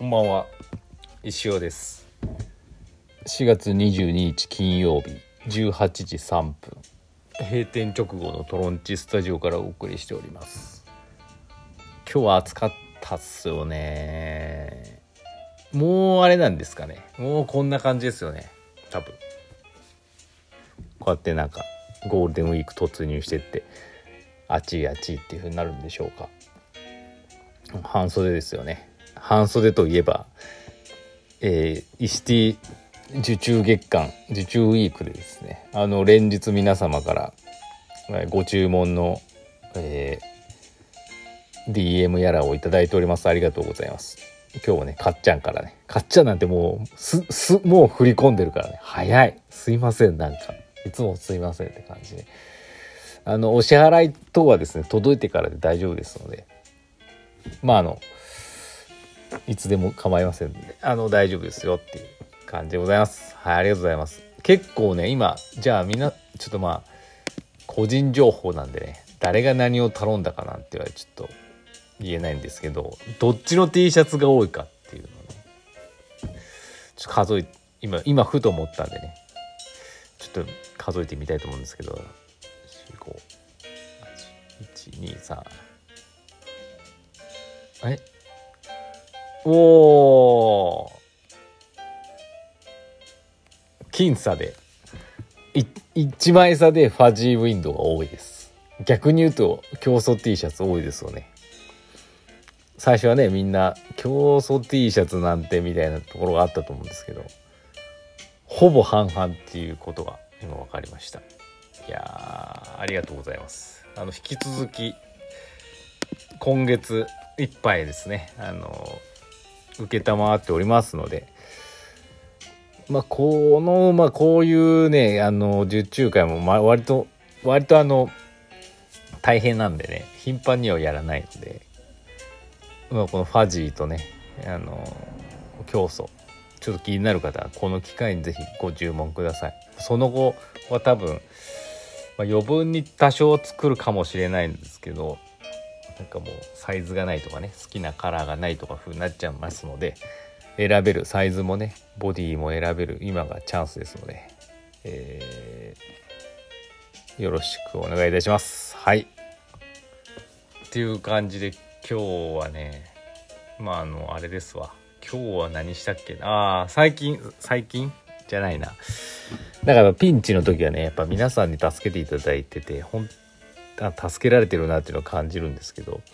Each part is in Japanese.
こんばんは、石尾です。4月22日金曜日18時3分、閉店直後のトロンチスタジオからお送りしております。今日は暑かったっすよね。もうあれなんですかね、もうこんな感じですよね。多分こうやってなんかゴールデンウィーク突入してって暑いっていう風になるんでしょうか。半袖ですよね。半袖といえば、イシティ受注月間受注ウィークでですね、連日皆様からご注文の、DM やらをいただいております。ありがとうございます。今日もね、かっちゃんからね、かっちゃんなんてもうもう振り込んでるからね、早い、すいません、なんかいつもすいませんって感じで、お支払い等はですね届いてからで大丈夫ですので、いつでも構いませんので、大丈夫ですよっていう感じでございます。はい、ありがとうございます。結構ね、今じゃあみんなちょっと個人情報なんでね、誰が何を頼んだかなんてはちょっと言えないんですけど、どっちの T シャツが多いかっていうのをね、ちょっと数え、今ふと思ったんでね、ちょっと数えてみたいと思うんですけど、4、5、8、1、2、3、おー、僅差で1枚差でファジーウィンドウが多いです。逆に言うと競争 T シャツ多いですよね。最初はね、みんな競争 T シャツなんてみたいなところがあったと思うんですけど、ほぼ半々っていうことが今分かりました。いやー、ありがとうございます。引き続き今月いっぱいですね、受けたまわっておりますので、こういうね、受注会も割と大変なんでね、頻繁にはやらないので、このファジーとね、競争ちょっと気になる方はこの機会にぜひご注文ください。その後は多分、余分に多少作るかもしれないんですけど、なんかもうサイズがないとかね、好きなカラーがないとか風になっちゃいますので、選べるサイズもね、ボディも選べる今がチャンスですので、よろしくお願いいたします。はい、っていう感じで今日はね、あれですわ、今日は何したっけな。最近じゃないな、だからピンチの時はね、やっぱ皆さんに助けていただいてて、助けられてるなっていうのを感じるんですけど、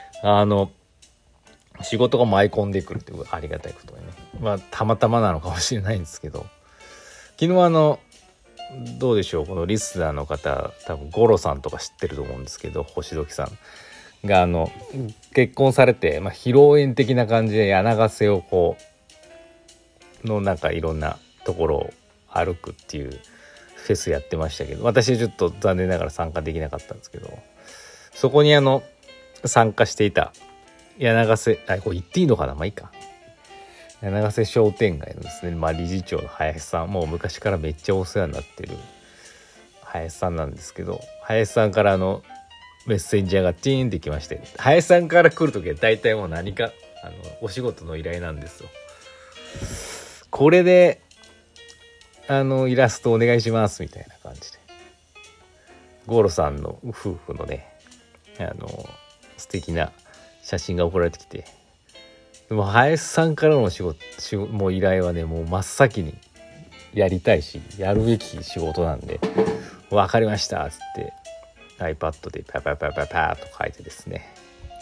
仕事が舞い込んでくるっていうありがたいことでね、たまたまなのかもしれないんですけど、昨日どうでしょう、このリスナーの方多分ゴロさんとか知ってると思うんですけど、星時さんが結婚されて、披露宴的な感じで柳ヶ瀬をこうのなんかいろんなところを歩くっていうフェスやってましたけど、私はちょっと残念ながら参加できなかったんですけど、そこに参加していた柳ヶ瀬、これ言っていいのかな、いいか、柳ヶ瀬商店街のですね、理事長の林さん、もう昔からめっちゃお世話になってる林さんなんですけど、林さんからメッセンジャーがチーンってきまして、林さんから来るときは大体もう何かお仕事の依頼なんですよ。これでイラストお願いしますみたいな感じで、ゴロさんの夫婦のね、素敵な写真が送られてきて、でも林さんからのもう依頼はね、もう真っ先にやりたいし、やるべき仕事なんで、分かりましたっつって iPad でパパーと書いてですね、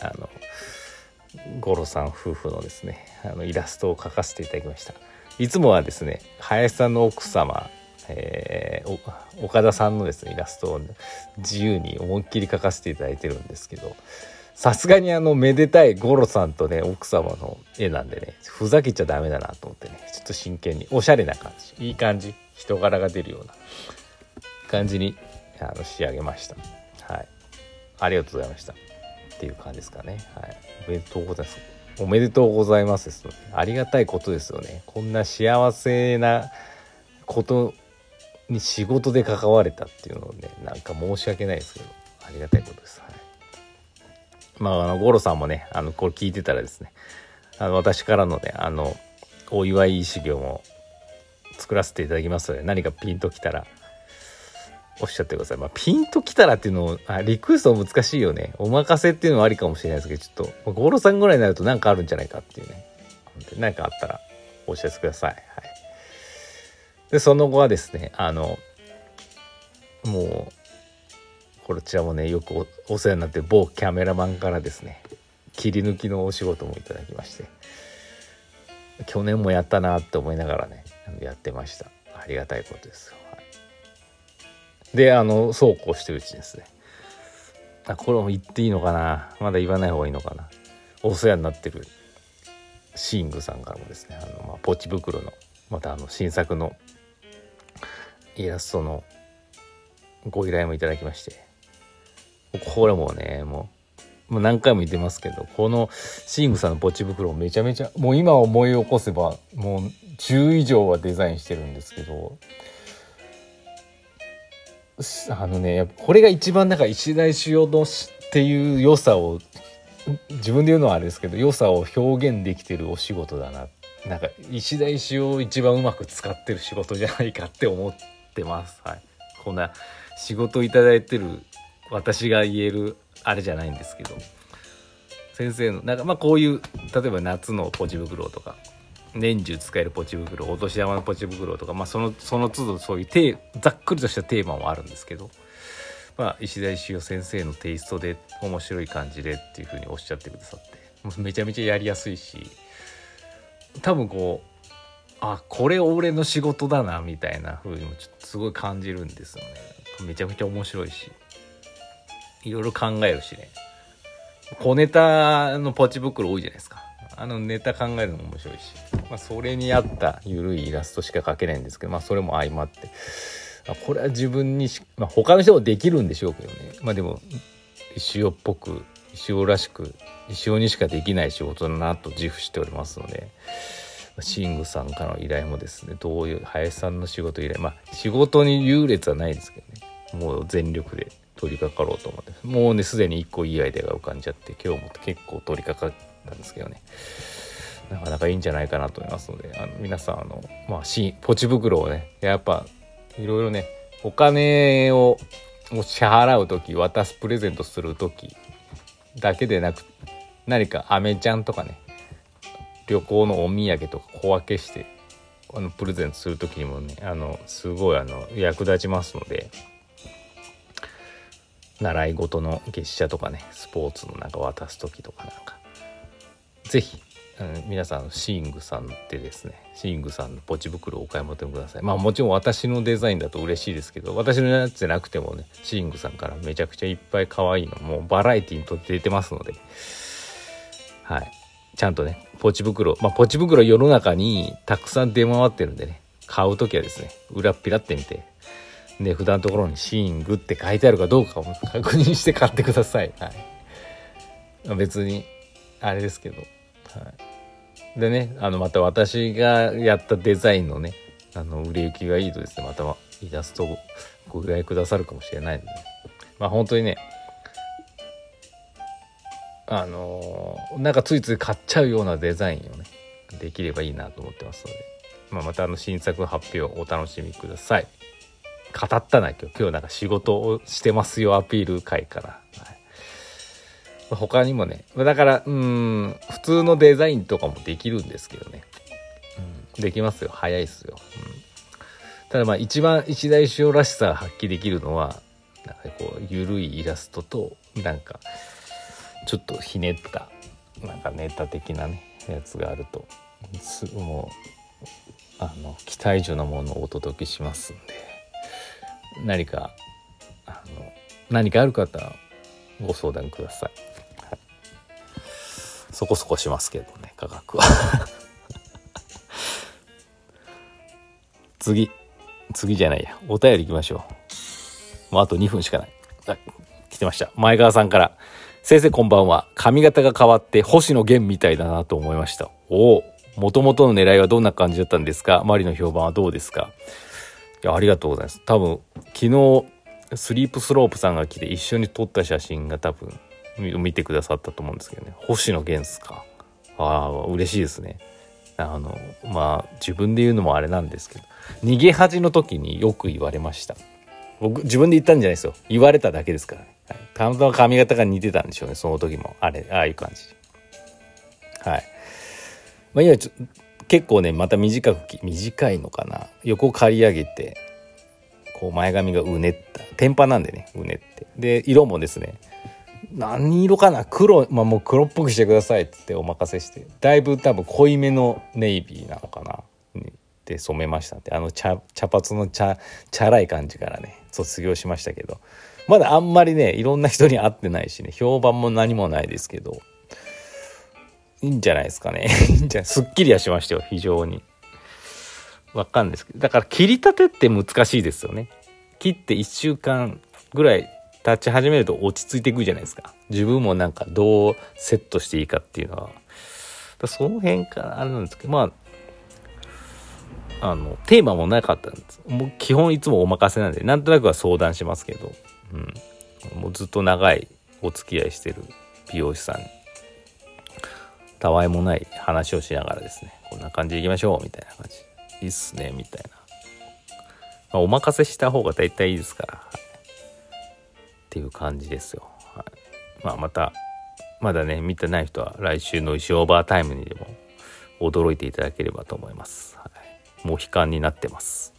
ゴロさん夫婦のですね、イラストを描かせていただきました。いつもはですね、林さんの奥様、岡田さんのですねイラストを自由に思いっきり描かせていただいてるんですけど、さすがにめでたいゴロさんとね奥様の絵なんでね、ふざけちゃダメだなと思ってね、ちょっと真剣におしゃれな感じ、いい感じ、人柄が出るような感じに仕上げました。はい、ありがとうございましたっていう感じですかね。はい、おめでとうございます。おめでとうございますですので、ありがたいことですよね。こんな幸せなことに仕事で関われたっていうのをね、なんか申し訳ないですけど、ありがたいことです。はい、ゴロさんもね、これ聞いてたらですね、 私からのねお祝い資料も作らせていただきますので、何かピンときたらおっしゃってください。ピンときたらっていうのをリクエスト難しいよね。お任せっていうのはありかもしれないですけど、ちょっとゴロさんぐらいになると何かあるんじゃないかっていうね。何かあったらお知らせください。はい。でその後はですねもうこちらもねよく お世話になってる某キャメラマンからですね切り抜きのお仕事もいただきまして、去年もやったなって思いながらねやってました。ありがたいことですよ。はい、でそうこうしてるうちにですね、これも言っていいのかな、まだ言わない方がいいのかな、お世話になってるシングさんからもですねポチ袋のまた新作のイラストのご依頼もいただきまして、これもねもう何回も言ってますけど、このシングさんのポチ袋めちゃめちゃもう今思い起こせばもう10以上はデザインしてるんですけど、やっぱこれが一番石田石尾のっていう良さを自分で言うのはあれですけど良さを表現できてるお仕事だな、石田石尾を一番うまく使ってる仕事じゃないかって思ってます。はい、こんな仕事いただいてる私が言えるあれじゃないんですけど、先生のこういう例えば夏のポチ袋とか年中使えるポチ袋、お年玉のポチ袋とか、その都度そういうざっくりとしたテーマもあるんですけど、石田石尾先生のテイストで面白い感じでっていう風におっしゃってくださって、めちゃめちゃやりやすいし、多分これ俺の仕事だなみたいな風にもちょっとすごい感じるんですよね。めちゃめちゃ面白いし、いろいろ考えるしね。小ネタのポチ袋多いじゃないですか。ネタ考えるのも面白いし、それに合ったゆるいイラストしか描けないんですけど、それも相まってこれは自分に他の人もできるんでしょうけどね。でも石尾っぽく石尾らしく石尾にしかできない仕事だなと自負しておりますので、シングさんからの依頼もですね、どういう林さんの仕事依頼、仕事に優劣はないですけどね、もう全力で取り掛かろうと思って、もうねすでに1個いいアイデアが浮かんじゃって、今日も結構取り掛かったんですけどね、なかなかいいんじゃないかなと思いますので、皆さんポチ袋をねやっぱいろいろね、お金を支払う時、渡すプレゼントする時だけでなく、何かアメちゃんとかね、旅行のお土産とか小分けしてプレゼントする時にもねすごい役立ちますので、習い事の月謝とかね、スポーツの渡す時とかぜひ皆さんシングさんでですね、シングさんのポチ袋をお買い求めください。もちろん私のデザインだと嬉しいですけど、私のやつじゃなくてもね、シングさんからめちゃくちゃいっぱい可愛いのもうバラエティにとって出てますので、はい、ちゃんとねポチ袋世の中にたくさん出回ってるんでね、買うときはですね裏っぴらってみて値札のところにシングって書いてあるかどうかを確認して買ってください。はい、別にあれですけど、はい、でねまた私がやったデザインのね売れ行きがいいとですね、またイラストをご依頼くださるかもしれないので、本当にねついつい買っちゃうようなデザインをねできればいいなと思ってますので、また新作発表をお楽しみください。語ったな今日仕事をしてますよアピール会から、はい、他にもねだから普通のデザインとかもできるんですけどね、できますよ、早いですよ、ただ一番石田石尾らしさが発揮できるのはゆるいイラストとちょっとひねったネタ的なねやつがあるともう期待以上のものをお届けしますんで、何かある方はご相談ください、はい、そこそこしますけどね価格は次じゃないや、お便り行きましょう。もうあと2分しかない。来てました、前川さんから。先生こんばんは。髪型が変わって星野源みたいだなと思いました。元々の狙いはどんな感じだったんですか？周りの評判はどうですか？いや、ありがとうございます。多分昨日スリープスロープさんが来て一緒に撮った写真が多分見てくださったと思うんですけどね、星野源っすか？ 嬉しいですね。自分で言うのもあれなんですけど、逃げ恥の時によく言われました。僕自分で言ったんじゃないですよ、言われただけですからね。たまたま髪型が似てたんでしょうね、その時もああいう感じ。今結構ね、また短いのかな、横刈り上げてこう前髪がうねった天パなんでね、うねってで色もですね、何色かな、黒、もう黒っぽくしてくださいって言ってお任せして、だいぶ多分濃いめのネイビーなのかなで染めましたって。茶髪のチャラい感じからね卒業しましたけど、まだあんまりねいろんな人に会ってないしね、評判も何もないですけど、いいんじゃないですかねすっきりはしましたよ、非常に。わかんないですけど、だから切り立てって難しいですよね。切って1週間ぐらい経ち始めると落ち着いていくじゃないですか。自分もなんかどうセットしていいかっていうのは、その辺からあれなんですけど、テーマもなかったんです。もう基本いつもお任せなんで、なんとなくは相談しますけど、もうずっと長いお付き合いしてる美容師さんにたわいもない話をしながらですね、こんな感じでいきましょうみたいな感じ、いいっすねみたいな、お任せした方が大体いいですから、っていう感じですよ。まだね見てない人は来週の石オーバータイムにでも驚いていただければと思います。もう悲観になってます。